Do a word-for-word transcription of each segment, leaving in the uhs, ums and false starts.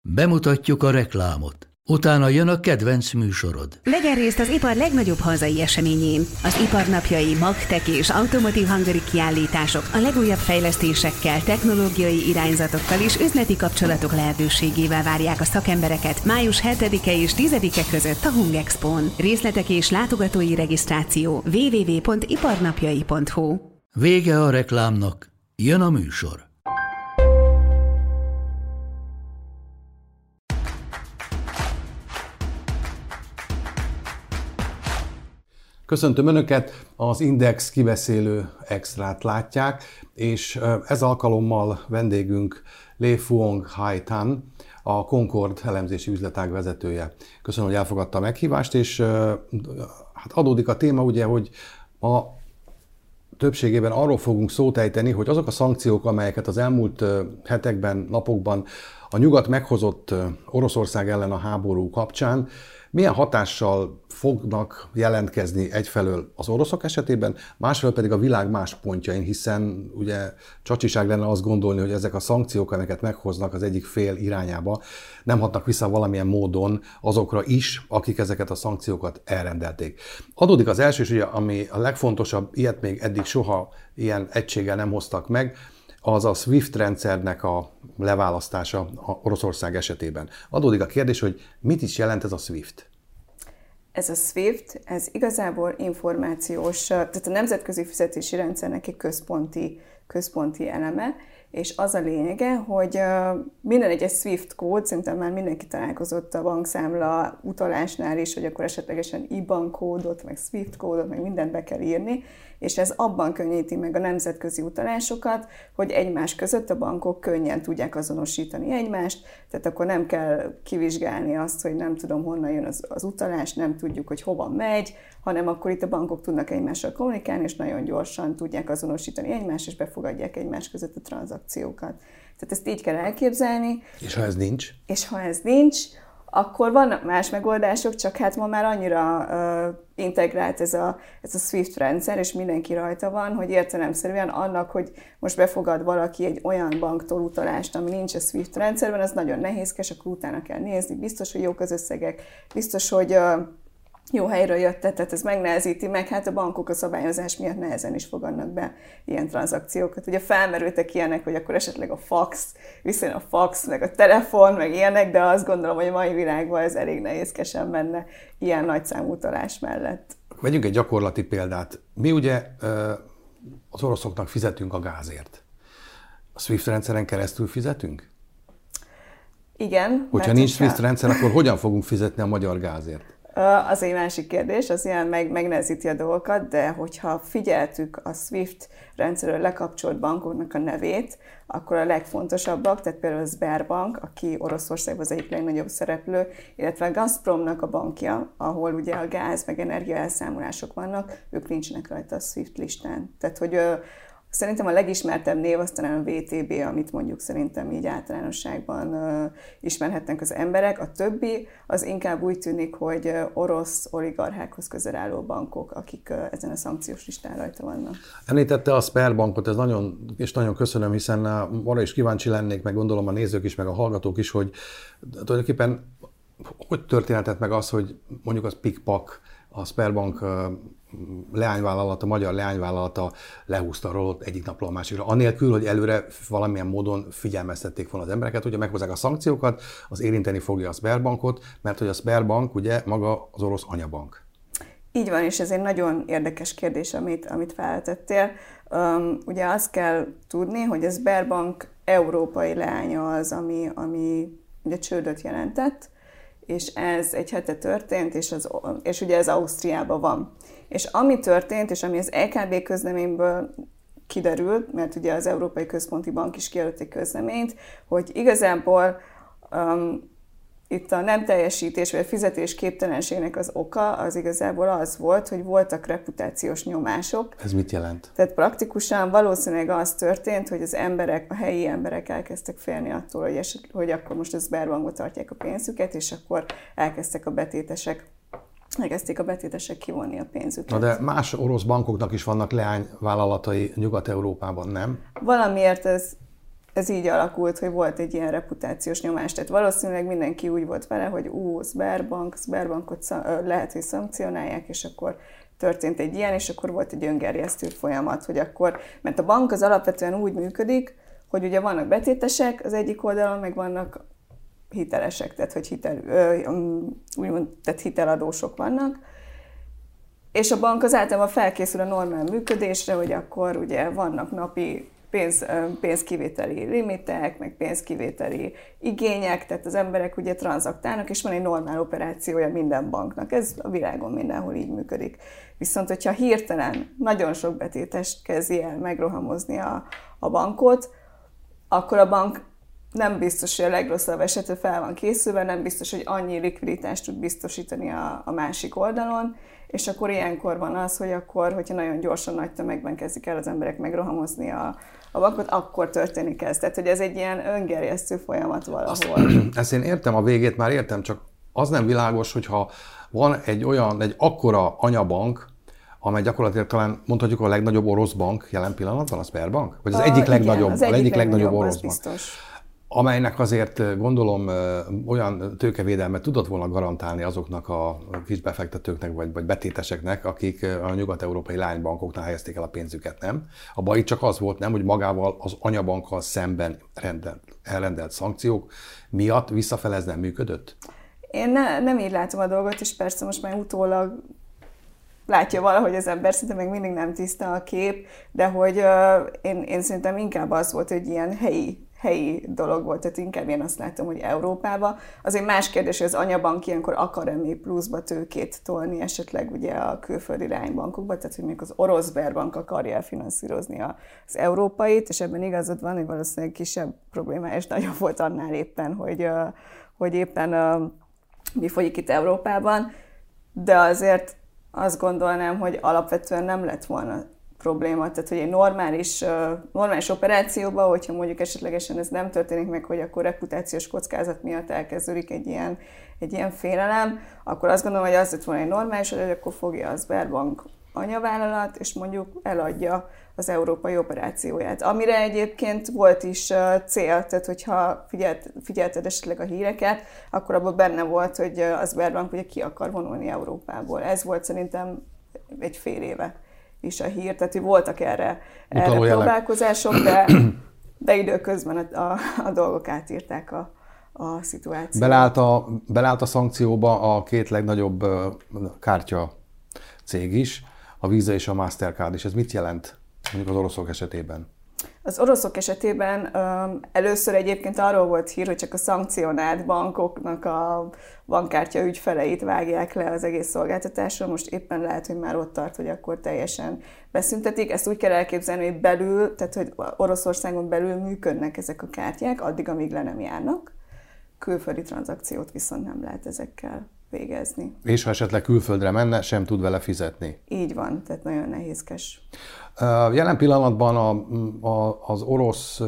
Bemutatjuk a reklámot. Utána jön a kedvenc műsorod. Vegyen részt az ipar legnagyobb hazai eseményén. Az iparnapjai, magtek és Automotive Hungary kiállítások a legújabb fejlesztésekkel, technológiai irányzatokkal és üzleti kapcsolatok lehetőségével várják a szakembereket május hetedike és tizedike között a Hungexpón. Részletek és látogatói regisztráció double-u double-u double-u pont iparnapjai pont hu. Vége a reklámnak, jön a műsor. Köszöntöm Önöket, az Index kibeszélő extrát látják, és ez alkalommal vendégünk Le-Phuong Hai Tan, a Concord elemzési üzletág vezetője. Köszönöm, hogy elfogadta a meghívást, és hát adódik a téma, ugye, hogy a többségében arról fogunk szót ejteni, hogy azok a szankciók, amelyeket az elmúlt hetekben, napokban a nyugat meghozott Oroszország ellen a háború kapcsán, milyen hatással fognak jelentkezni egyfelől az oroszok esetében, másfelől pedig a világ más pontjain, hiszen ugye csacsiság lenne azt gondolni, hogy ezek a szankciók, amelyeket meghoznak az egyik fél irányába, nem hatnak vissza valamilyen módon azokra is, akik ezeket a szankciókat elrendelték. Adódik az első, és ugye, ami a legfontosabb, ilyet még eddig soha ilyen egységgel nem hoztak meg, az a SWIFT rendszernek a leválasztása a Oroszország esetében. Adódik a kérdés, hogy mit is jelent ez a SWIFT? Ez a SWIFT, ez igazából információs, tehát a nemzetközi fizetési rendszernek egy központi, központi eleme, és az a lényege, hogy minden egyes SWIFT kód, szerintem már mindenki találkozott a bankszámla utalásnál is, hogy akkor esetlegesen i ban kódot, meg SWIFT kódot, meg mindent be kell írni, és ez abban könnyíti meg a nemzetközi utalásokat, hogy egymás között a bankok könnyen tudják azonosítani egymást, tehát akkor nem kell kivizsgálni azt, hogy nem tudom, honnan jön az, az utalás, nem tudjuk, hogy hova megy, hanem akkor itt a bankok tudnak egymással kommunikálni, és nagyon gyorsan tudják azonosítani egymást, és befogadják egymás között a tranzakciókat. Tehát ezt így kell elképzelni. És ha ez nincs? És ha ez nincs, akkor vannak más megoldások, csak hát ma már annyira uh, integrált ez a, ez a SWIFT rendszer, és mindenki rajta van, hogy értelemszerűen annak, hogy most befogad valaki egy olyan banktól utalást, ami nincs a SWIFT rendszerben, az nagyon nehézkes, akkor utána kell nézni, biztos, hogy jók az összegek, biztos, hogy uh, jó helyről jöttet, tehát ez megnehezíti meg, hát a bankok a szabályozás miatt nehezen is fogadnak be ilyen tranzakciókat. Ugye felmerültek ilyenek, hogy akkor esetleg a fax, viszont a fax, meg a telefon, meg ilyenek, de azt gondolom, hogy a mai világban ez elég nehézkesen menne ilyen nagyszámú utalás mellett. Vegyünk egy gyakorlati példát. Mi ugye az oroszoknak fizetünk a gázért. A SWIFT rendszeren keresztül fizetünk? Igen. Hogyha nincs SWIFT rendszer, akkor hogyan fogunk fizetni a magyar gázért? Az egy másik kérdés, az ilyen meg, megnehezíti a dolgokat, de hogyha figyeltük a SWIFT rendszerről lekapcsolt bankoknak a nevét, akkor a legfontosabbak, tehát például a Sberbank, aki Oroszországban az egyik legnagyobb szereplő, illetve a Gazpromnak a bankja, ahol ugye a gáz meg energia elszámolások vannak, ők nincsenek rajta a SWIFT listán. Tehát, hogy szerintem a legismertebb név az talán a vé té bé, amit mondjuk szerintem így általánosságban uh, ismerhetnek az emberek. A többi az inkább úgy tűnik, hogy uh, orosz oligarchákhoz közel álló bankok, akik uh, ezen a szankciós listán rajta vannak. Említette a Sberbankot, ez nagyon, és nagyon köszönöm, hiszen arra is kíváncsi lennék, meg gondolom a nézők is, meg a hallgatók is, hogy tulajdonképpen hogy történhetett meg az, hogy mondjuk az PikPak, a Sberbank leányvállalata, magyar leányvállalata lehúzta a rolót egyik napról a másikra, anélkül, hogy előre valamilyen módon figyelmeztették volna az embereket, ugye meghozzák a szankciókat, az érinteni fogja a Sberbankot, mert hogy a Sberbank ugye maga az orosz anyabank. Így van, és ez egy nagyon érdekes kérdés, amit, amit feltettél. Um, ugye azt kell tudni, hogy a Sberbank európai leánya az, ami, ami ugye csődöt jelentett, és ez egy hete történt, és, az, és ugye ez Ausztriában van. És ami történt, és ami az é ká bé közleményből kiderült, mert ugye az Európai Központi Bank is kiadott egy közleményt, hogy igazából um, itt a nem teljesítés vagy a fizetésképtelenségnek az oka az igazából az volt, hogy voltak reputációs nyomások. Ez mit jelent? Tehát praktikusan valószínűleg az történt, hogy az emberek, a helyi emberek elkezdtek félni attól, hogy, eset, hogy akkor most a Sberbankba tartják a pénzüket, és akkor elkezdtek a betétesek elkezdték a betétesek kivonni a pénzüket. Na de más orosz bankoknak is vannak leányvállalatai Nyugat-Európában, nem? Valamiért ez ez így alakult, hogy volt egy ilyen reputációs nyomás. Tehát valószínűleg mindenki úgy volt vele, hogy ú, Sberbank, Sberbankot lehet, hogy szankcionálják, és akkor történt egy ilyen, és akkor volt egy öngerjesztő folyamat, hogy akkor, mert a bank az alapvetően úgy működik, hogy ugye vannak betétesek az egyik oldalon, meg vannak hitelesek, tehát hogy hitel, úgymond, tehát hiteladósok vannak, és a bank az általában felkészül a normál működésre, hogy akkor ugye vannak napi pénz, pénzkivételi limitek, meg pénzkivételi igények, tehát az emberek ugye tranzaktálnak, és van egy normál operációja minden banknak. Ez a világon mindenhol így működik. Viszont, hogyha hirtelen nagyon sok betétes kezdi el megrohamozni a, a bankot, akkor a bank nem biztos, hogy a legrosszabb esetre fel van készülve, nem biztos, hogy annyi likviditást tud biztosítani a, a másik oldalon, és akkor ilyenkor van az, hogy akkor, hogyha nagyon gyorsan, nagy tömegben kezdik el az emberek megrohamozni a, a bankot, akkor történik ez. Tehát, hogy ez egy ilyen öngerjesztő folyamat valahol. Ezt én értem, a végét már értem, csak az nem világos, hogyha van egy olyan, egy akkora anyabank, amely gyakorlatilag talán mondhatjuk a legnagyobb orosz bank jelen pillanatban, a Sberbank? Vagy az a, egyik legnagyobb, igen, az egyik, egyik legnagyobb, legnagyobb orosz bank. Biztos. Amelynek azért gondolom olyan tőkevédelmet tudott volna garantálni azoknak a kisbefektetőknek vagy, vagy betéteseknek, akik a nyugat-európai lánybankoknál helyezték el a pénzüket, nem? A baj csak az volt, nem, hogy magával az anyabankkal szemben rendelt, elrendelt szankciók miatt visszafele ez nem működött? Én ne, nem így látom a dolgot, és persze most már utólag látja valahogy az ember, szinte még mindig nem tiszta a kép, de hogy uh, én, én szerintem inkább az volt, hogy ilyen helyi helyi dolog volt, tehát inkább én azt látom, hogy Európában. Azért más kérdés, hogy az anyabank ilyenkor akar-e még pluszba tőkét tolni esetleg ugye a külföldi lánybankokba, tehát hogy még az orosz Sberbank akarja elfinanszírozni az európait, és ebben igazad van, hogy valószínűleg kisebb probléma, és nagyobb volt annál éppen, hogy, hogy éppen mi folyik itt Európában, de azért azt gondolnám, hogy alapvetően nem lett volna probléma, tehát hogy egy normális, normális operációban, hogyha mondjuk esetlegesen ez nem történik meg, hogy akkor reputációs kockázat miatt elkezdődik egy ilyen, egy ilyen félelem, akkor azt gondolom, hogy az lett volna egy normális, hogy akkor fogja a Sberbank anyavállalat, és mondjuk eladja az európai operációját. Amire egyébként volt is cél, tehát hogyha figyelt, figyelted esetleg a híreket, akkor abban benne volt, hogy a Sberbank ugye ki akar vonulni Európából. Ez volt szerintem egy fél éve is a hír, tehát hogy voltak erre, erre próbálkozások, de, de időközben a, a, a dolgok átírták a, a szituációt. Belállt a, belállt a szankcióba a két legnagyobb kártya cég is, a Visa és a Mastercard is. Ez mit jelent mondjuk az oroszok esetében? Az oroszok esetében um, először egyébként arról volt hír, hogy csak a szankcionált bankoknak a bankkártya ügyfeleit vágják le az egész szolgáltatásról. Most éppen lehet, hogy már ott tart, hogy akkor teljesen beszüntetik. Ezt úgy kell elképzelni, hogy belül, tehát hogy Oroszországon belül működnek ezek a kártyák, addig, amíg le nem járnak. Külföldi tranzakciót viszont nem lehet ezekkel végezni. És ha esetleg külföldre menne, sem tud vele fizetni. Így van, tehát nagyon nehézkes. Jelen pillanatban a, a, az orosz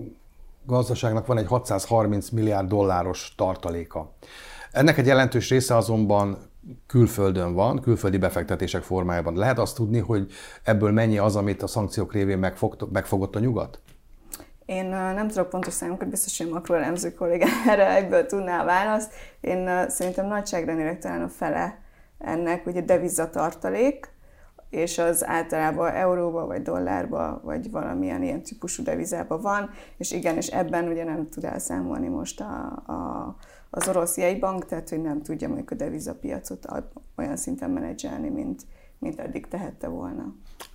gazdaságnak van egy hatszázharminc milliárd dolláros tartaléka. Ennek egy jelentős része azonban külföldön van, külföldi befektetések formájában. Lehet azt tudni, hogy ebből mennyi az, amit a szankciók révén megfogott, megfogott a nyugat? Én nem tudok pontos számokat, biztos, hogy makroelemző kollégám erre egyből tudná a választ. Én szerintem nagyságrendileg talán a fele ennek ugye devizatartalék, és az általában euróba, vagy dollárba, vagy valamilyen ilyen típusú devizába van, és igen, és ebben ugye nem tud elszámolni most a, a, az orosz jegybank, tehát hogy nem tudja mondjuk a devizapiacot olyan szinten menedzselni, mint, mint eddig tehette volna.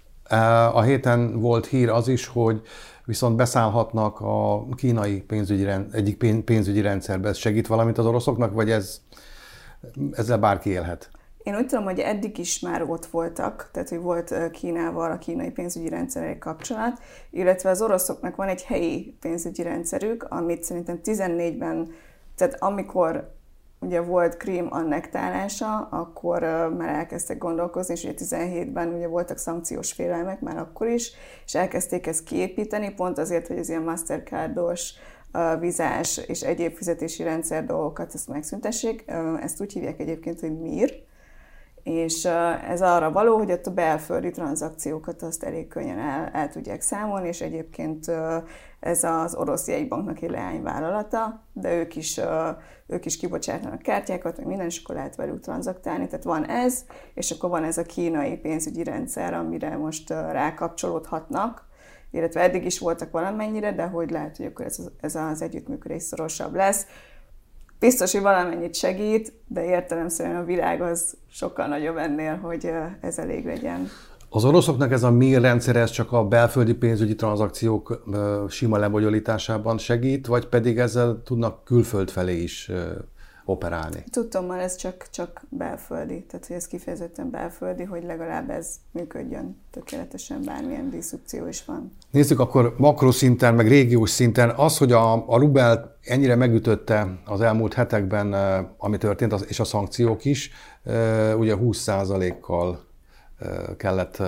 A héten volt hír az is, hogy viszont beszállhatnak a kínai pénzügyi, egyik pénzügyi rendszerbe. Ez segít valamit az oroszoknak, vagy ez, ezzel bárki élhet? Én úgy tudom, hogy eddig is már ott voltak, tehát hogy volt Kínával a kínai pénzügyi rendszerek kapcsolat, illetve az oroszoknak van egy helyi pénzügyi rendszerük, amit szerintem tizennégyben, tehát amikor ugye volt Krím annektálása, akkor már elkezdtek gondolkozni, és ugye tizenhétben ugye voltak szankciós félelmek már akkor is, és elkezdték ezt kiépíteni, pont azért, hogy az ilyen Mastercardos, vizás és egyéb fizetési rendszer dolgokat ezt megszüntessék. Ezt úgy hívják egyébként, hogy MIR, és ez arra való, hogy ott a belföldi tranzakciókat azt elég könnyen el, el tudják számolni, és egyébként ez az orosz jegybanknak egy leányvállalata, de ők is, ők is kibocsátanak kártyákat, meg minden, és akkor lehet velük tranzaktálni. Tehát van ez, és akkor van ez a kínai pénzügyi rendszer, amire most rákapcsolódhatnak, illetve eddig is voltak valamennyire, de hogy lehet, hogy akkor ez, ez az együttműködés szorosabb lesz. Biztos, hogy valamennyit segít, de értelemszerűen a világ az sokkal nagyobb ennél, hogy ez elég legyen. Az oroszoknak ez a MIR rendszer, ez csak a belföldi pénzügyi tranzakciók sima lebonyolításában segít, vagy pedig ezzel tudnak külföld felé is operálni? Tudtommal ez csak, csak belföldi, tehát hogy ez kifejezetten belföldi, hogy legalább ez működjön tökéletesen, bármilyen diszrupció is van. Nézzük akkor makroszinten, meg régiós szinten. Az, hogy a, a rubel ennyire megütötte az elmúlt hetekben, ami történt, és a szankciók is, ugye húsz százalékkal kellett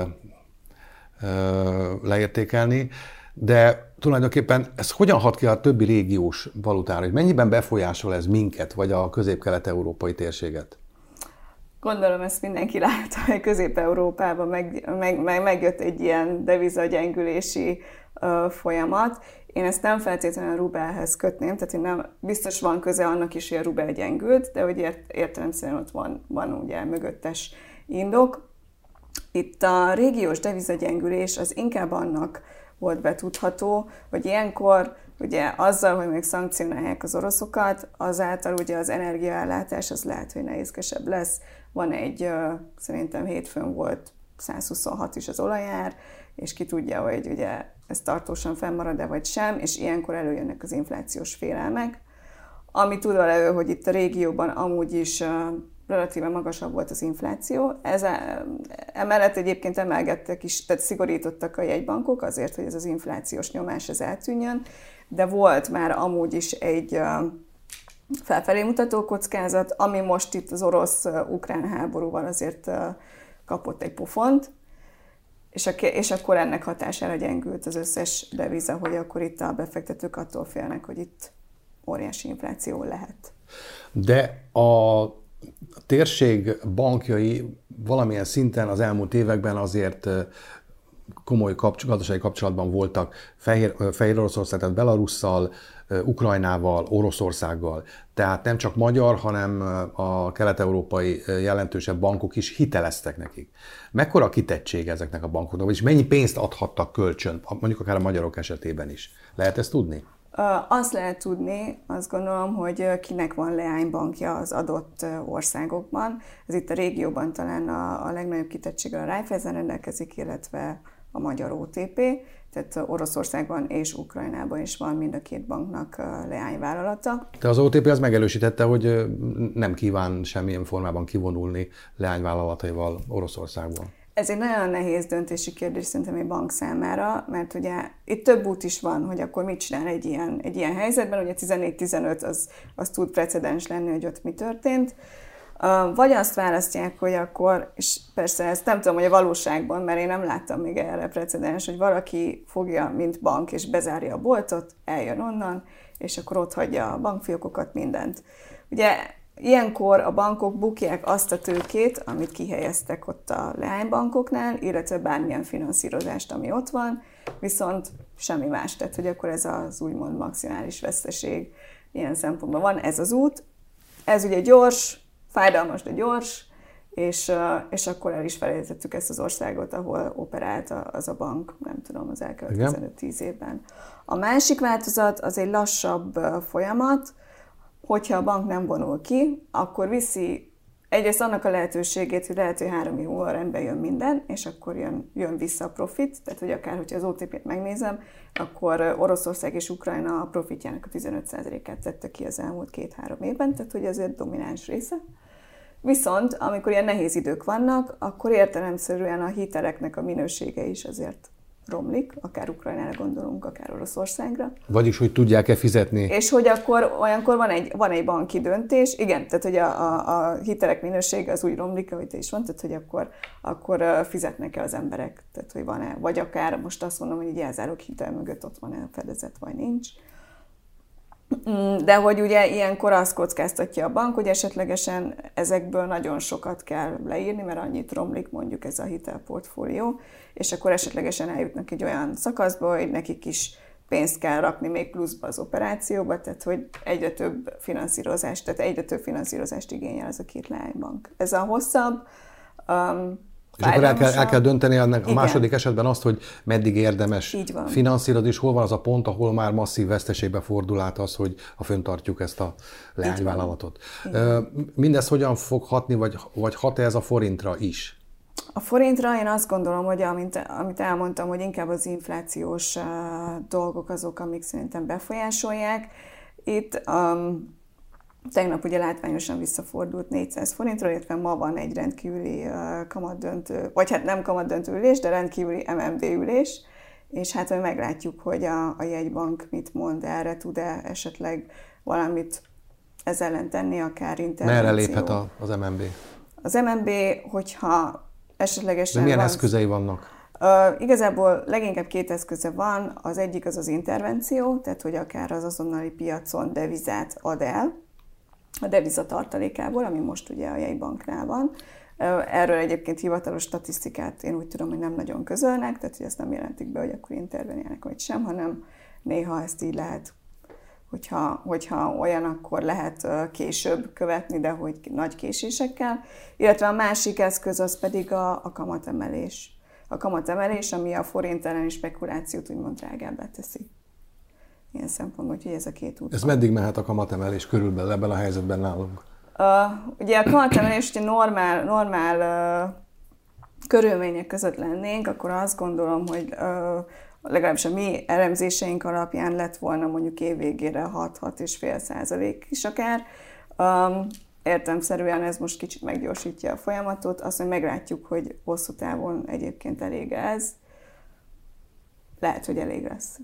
leértékelni, de tulajdonképpen ez hogyan hat ki a többi régiós valutára, hogy mennyiben befolyásol ez minket, vagy a közép-kelet-európai térséget? Gondolom, ezt mindenki látta, hogy Közép-Európában meg, meg, meg, megjött egy ilyen devizagyengülési uh, folyamat. Én ezt nem feltétlenül a rubelhez kötném, tehát én nem, biztos van köze annak is, hogy a rubel gyengült, de hogy ért, értelemszerűen ott van, van ugye mögöttes indok. Itt a régiós devizagyengülés az inkább annak volt betudható, hogy ilyenkor ugye azzal, hogy még szankcionálják az oroszokat, azáltal ugye az energiaellátás az lehet, hogy nehézkesebb lesz. Van egy, szerintem hétfőn volt száz huszonhat is az olajár, és ki tudja, hogy ugye ez tartósan fennmarad-e vagy sem, és ilyenkor előjönnek az inflációs félelmek, ami tudva elő, hogy itt a régióban amúgy is relatíve magasabb volt az infláció. Ez emellett egyébként emelgettek is, tehát szigorítottak a jegybankok azért, hogy ez az inflációs nyomás ez eltűnjön, de volt már amúgy is egy felfelé mutató kockázat, ami most itt az orosz-ukrán háborúval azért kapott egy pofont, és, a, és akkor ennek hatására gyengült az összes deviza, hogy akkor itt a befektetők attól félnek, hogy itt óriási infláció lehet. De a A térség bankjai valamilyen szinten az elmúlt években azért komoly kapcs- gazdasági kapcsolatban voltak Fehér, Fehér Oroszország, tehát Belarusszal, Ukrajnával, Oroszországgal. Tehát nem csak magyar, hanem a kelet-európai jelentősebb bankok is hiteleztek nekik. Mekkora a kitettség ezeknek a bankoknak, vagyis mennyi pénzt adhattak kölcsön, mondjuk akár a magyarok esetében is? Lehet ezt tudni? Azt lehet tudni, azt gondolom, hogy kinek van leánybankja az adott országokban. Ez itt a régióban talán a, a legnagyobb kitettséggel a Raiffeisen rendelkezik, illetve a magyar o té pé, tehát Oroszországban és Ukrajnában is van mind a két banknak leányvállalata. De az o té pé az megerősítette, hogy nem kíván semmilyen formában kivonulni leányvállalataival Oroszországban. Ez egy nagyon nehéz döntési kérdés szerintem egy bank számára, mert ugye itt több út is van, hogy akkor mit csinál egy ilyen, egy ilyen helyzetben, ugye tizennégy tizenöt az, az tud precedens lenni, hogy ott mi történt. Vagy azt választják, hogy akkor, és persze ezt nem tudom, hogy a valóságban, mert én nem láttam még erre precedens, hogy valaki fogja, mint bank, és bezárja a boltot, eljön onnan, és akkor ott hagyja a bankfiókokat, mindent. Ugye ilyenkor a bankok bukják azt a tőkét, amit kihelyeztek ott a leánybankoknál, illetve bármilyen finanszírozást, ami ott van, viszont semmi más, tehát hogy akkor ez az úgymond maximális veszteség ilyen szempontból van. Ez az út, ez ugye gyors, fájdalmas, de gyors, és, és akkor el is felejtettük ezt az országot, ahol operált az a bank, nem tudom, az elkövetkező tíz évben. A másik változat az egy lassabb folyamat, hogyha a bank nem vonul ki, akkor viszi egyrészt annak a lehetőségét, hogy lehet, hogy három év múlva rendbe jön minden, és akkor jön, jön vissza a profit, tehát hogy akár, hogyha az o té pét megnézem, akkor Oroszország és Ukrajna a profitjának a tizenöt százalékát tette ki az elmúlt két-három évben, tehát hogy azért domináns része. Viszont, amikor ilyen nehéz idők vannak, akkor értelemszerűen a hiteleknek a minősége is azért romlik, akár Ukrajnára gondolunk, akár Oroszországra. Vagyis, hogy tudják-e fizetni. És hogy akkor olyankor van egy, van egy banki döntés, igen, tehát hogy a, a, a hitelek minősége az úgy romlik, ahogy te is mondtad, hogy akkor, akkor fizetnek-e az emberek, tehát hogy van-e, vagy akár most azt mondom, hogy egy jelzálók hitel mögött ott van-e fedezet, vagy nincs. De hogy ugye ilyenkor azt kockáztatja a bank, hogy esetlegesen ezekből nagyon sokat kell leírni, mert annyit romlik mondjuk ez a hitelportfólió, és akkor esetlegesen eljutnak egy olyan szakaszba, hogy nekik is pénzt kell rakni még pluszba az operációba, tehát hogy egyre több finanszírozást, tehát egyre több finanszírozást igényel ez a két leánybank. Ez a hosszabb, um, és akkor el kell, el kell dönteni ennek a Igen. második esetben azt, hogy meddig érdemes finanszírozni, és hol van az a pont, ahol már masszív veszteségbe fordul át az, hogy ha föntartjuk ezt a leányvállalatot. Mindez hogyan fog hatni, vagy, vagy hat-e ez a forintra is? A forintra én azt gondolom, hogy amint, amit elmondtam, hogy inkább az inflációs uh, dolgok azok, amik szerintem befolyásolják. Itt um, tegnap ugye látványosan visszafordult négyszáz forintról, illetve ma van egy rendkívüli uh, kamatdöntő, vagy hát nem kamatdöntő ülés, de rendkívüli em em dé ülés, és hát majd meglátjuk, hogy a, a jegybank mit mond erre, tud-e esetleg valamit ez ellen tenni, akár intervenció. Merre léphet a, az em em bé? Az em em bé, hogyha esetlegesen de milyen van, eszközei vannak? Uh, igazából leginkább két eszköze van, az egyik az az intervenció, tehát hogy akár az azonnali piacon devizát ad el, a deviza tartalékából, ami most ugye a jegybanknál van. Erről egyébként hivatalos statisztikát én úgy tudom, hogy nem nagyon közölnek, tehát hogy ezt nem jelentik be, hogy akkor interveniálnak vagy sem, hanem néha ezt így lehet, hogyha, hogyha olyan, akkor lehet később követni, de hogy nagy késésekkel. Illetve a másik eszköz az pedig a, a kamatemelés. A kamatemelés, ami a forint elleni spekulációt úgymond drágábbá teszi. Ilyen szempontból, hogy ez a két út. Ez meddig mehet a kamatemelés körülbelül ebben a helyzetben nálunk? Uh, ugye a kamatemelés, hogyha normál, normál uh, körülmények között lennénk, akkor azt gondolom, hogy uh, legalábbis a mi elemzéseink alapján lett volna mondjuk évvégére hat-hat egész öt százalék is akár. Um, értelemszerűen ez most kicsit meggyorsítja a folyamatot, azt mondja, meglátjuk, hogy hosszú távon egyébként elég ez. Lehet, hogy elég lesz.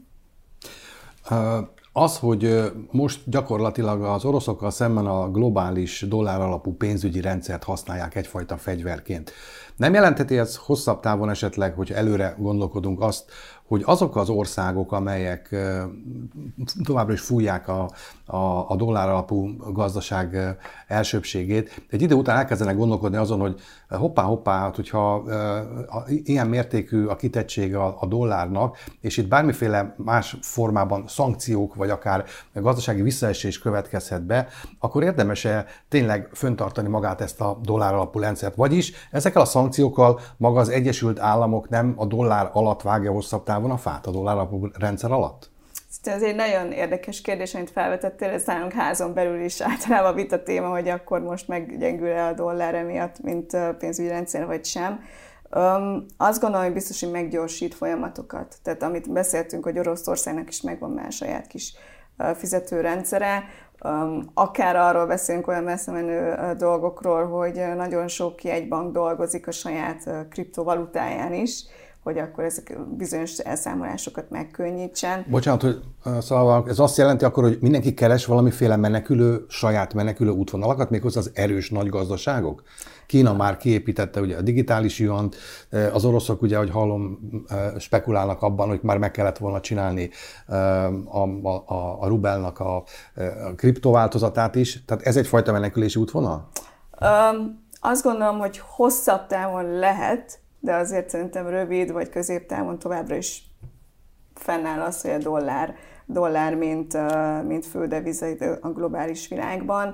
Az, hogy most gyakorlatilag az oroszokkal szemben a globális dollár alapú pénzügyi rendszert használják egyfajta fegyverként. Nem jelentheti ez hosszabb távon esetleg, hogy előre gondolkodunk azt, hogy azok az országok, amelyek továbbra is fújják a, a, a dollár alapú gazdaság elsőbségét, egy idő után elkezdenek gondolkodni azon, hogy hoppá-hoppá, hogyha ilyen mértékű a kitettség a, a dollárnak, és itt bármiféle más formában szankciók, vagy akár gazdasági visszaesés következhet be, akkor érdemes-e tényleg föntartani magát ezt a dollár alapú rendszert? Vagyis ezekkel a szankciókkal maga az Egyesült Államok nem a dollár alatt vágja hosszabb távon a fát, a dollár alapú rendszer alatt? Ez egy nagyon érdekes kérdés, amit felvetettél, ez nálunk házon belül is általában vita téma, hogy akkor most meggyengül-e a dollár emiatt, mint pénzügyi rendszer, vagy sem. Um, azt gondolom, hogy biztos, hogy meggyorsít folyamatokat. Tehát amit beszéltünk, hogy Oroszországnak is megvan már saját kis uh, fizetőrendszere, um, akár arról beszélünk olyan messze menő uh, dolgokról, hogy nagyon sok jegybank dolgozik a saját uh, kriptovalutáján is, hogy akkor ezek bizonyos elszámolásokat megkönnyítsen. Bocsánat, hogy szóval ez azt jelenti akkor, hogy mindenki keres valamiféle menekülő, saját menekülő útvonalakat, méghozzá az erős nagy gazdaságok? Kína már kiépítette ugye a digitális juant, az oroszok ugye, ahogy hallom, spekulálnak abban, hogy már meg kellett volna csinálni a, a, a rubelnak a, a kriptováltozatát is. Tehát ez egyfajta menekülési útvonal? Um, azt gondolom, hogy hosszabb távon lehet, de azért szerintem rövid vagy középtávon továbbra is fennáll az, hogy a dollár, dollár mint, mint fődeviza a globális világban.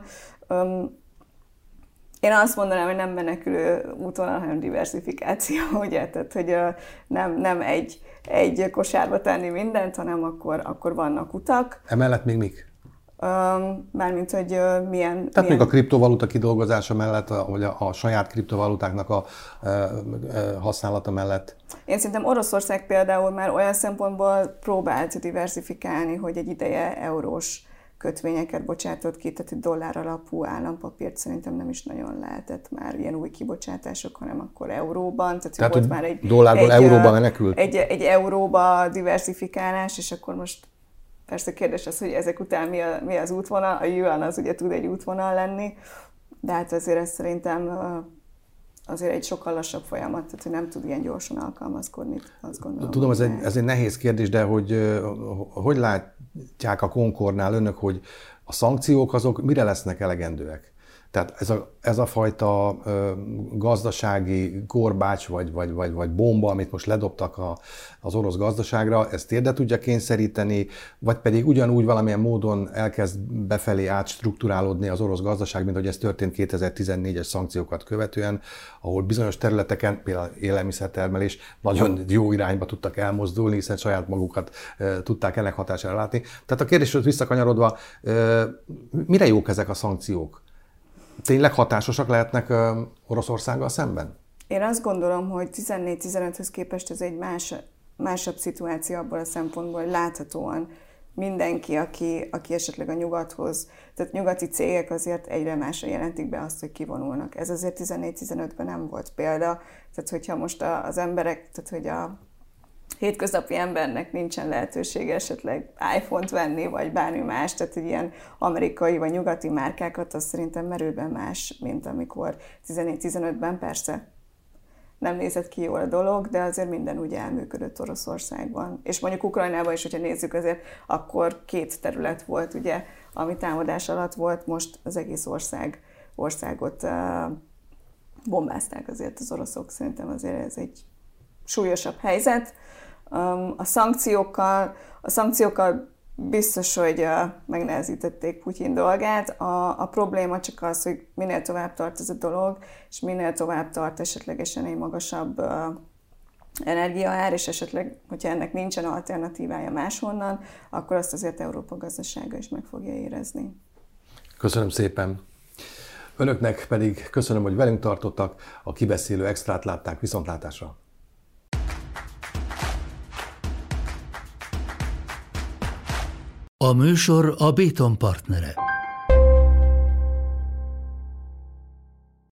Én azt mondanám, hogy nem menekülő útvonal, hanem diversifikáció, ugye? Tehát, hogy nem, nem egy, egy kosárba tenni mindent, hanem akkor, akkor vannak utak. Emellett még mik? Mármint, hogy uh, milyen... Tehát milyen... még a kriptovaluta kidolgozása mellett, vagy a, a saját kriptovalutáknak a e, e, használata mellett? Én szerintem Oroszország például már olyan szempontból próbált diversifikálni, hogy egy ideje eurós kötvényeket bocsátott ki, tehát egy dollár alapú állampapírt szerintem nem is nagyon lehetett már ilyen új kibocsátások, hanem akkor euróban. Tehát, tehát volt már egy, dollárból egy, euróba menekült? Egy, egy euróba diversifikálás, és akkor most persze kérdés az, hogy ezek után mi, a, mi az útvonal. A yuan az ugye tud egy útvonal lenni, de hát azért ez szerintem azért egy sokkal lassabb folyamat, tehát hogy nem tud ilyen gyorsan alkalmazkodni, azt gondolom. Tudom, ez egy, ez egy nehéz kérdés, de hogy hogy látják a Concordnál önök, hogy a szankciók azok mire lesznek elegendőek? Tehát ez a, ez a fajta ö, gazdasági korbács vagy, vagy, vagy, vagy bomba, amit most ledobtak a, az orosz gazdaságra, ezt térde tudja kényszeríteni, vagy pedig ugyanúgy valamilyen módon elkezd befelé átstruktúrálódni az orosz gazdaság, mint hogy ez történt kétezer-tizennégyes szankciókat követően, ahol bizonyos területeken, például élelmiszertermelés, nagyon jó irányba tudtak elmozdulni, hiszen saját magukat e, tudták ennek hatására látni. Tehát a kérdésről visszakanyarodva, e, mire jók ezek a szankciók? Tényleg hatásosak lehetnek Oroszországgal szemben? Én azt gondolom, hogy tizennégy-tizenöthöz képest ez egy más, másabb szituáció abból a szempontból, hogy láthatóan mindenki, aki, aki esetleg a nyugathoz, tehát nyugati cégek azért egyre másra jelentik be azt, hogy kivonulnak. Ez azért tizennégy-tizenötben nem volt példa. Tehát hogyha most az emberek, tehát hogy a hétköznapi embernek nincsen lehetősége esetleg iPhone-t venni, vagy bármi más, tehát egy ilyen amerikai vagy nyugati márkákat, az szerintem merőben más, mint amikor tizennégy-tizenötben persze nem nézett ki jól a dolog, de azért minden úgy elműködött Oroszországban. És mondjuk Ukrajnában is, hogyha nézzük azért, akkor két terület volt, ugye, ami támadás alatt volt, most az egész ország, országot uh, bombázták azért az oroszok, szerintem azért ez egy súlyosabb helyzet. A szankciókkal, a szankciókkal biztos, hogy megnehezítették Putyin dolgát. A, a probléma csak az, hogy minél tovább tart ez a dolog, és minél tovább tart esetlegesen egy magasabb energiaár, és esetleg, hogyha ennek nincsen alternatívája máshonnan, akkor azt azért Európa gazdasága is meg fogja érezni. Köszönöm szépen! Önöknek pedig köszönöm, hogy velünk tartottak, a Kibeszélő Extrát látták, viszontlátásra! A műsor a Béton partnere.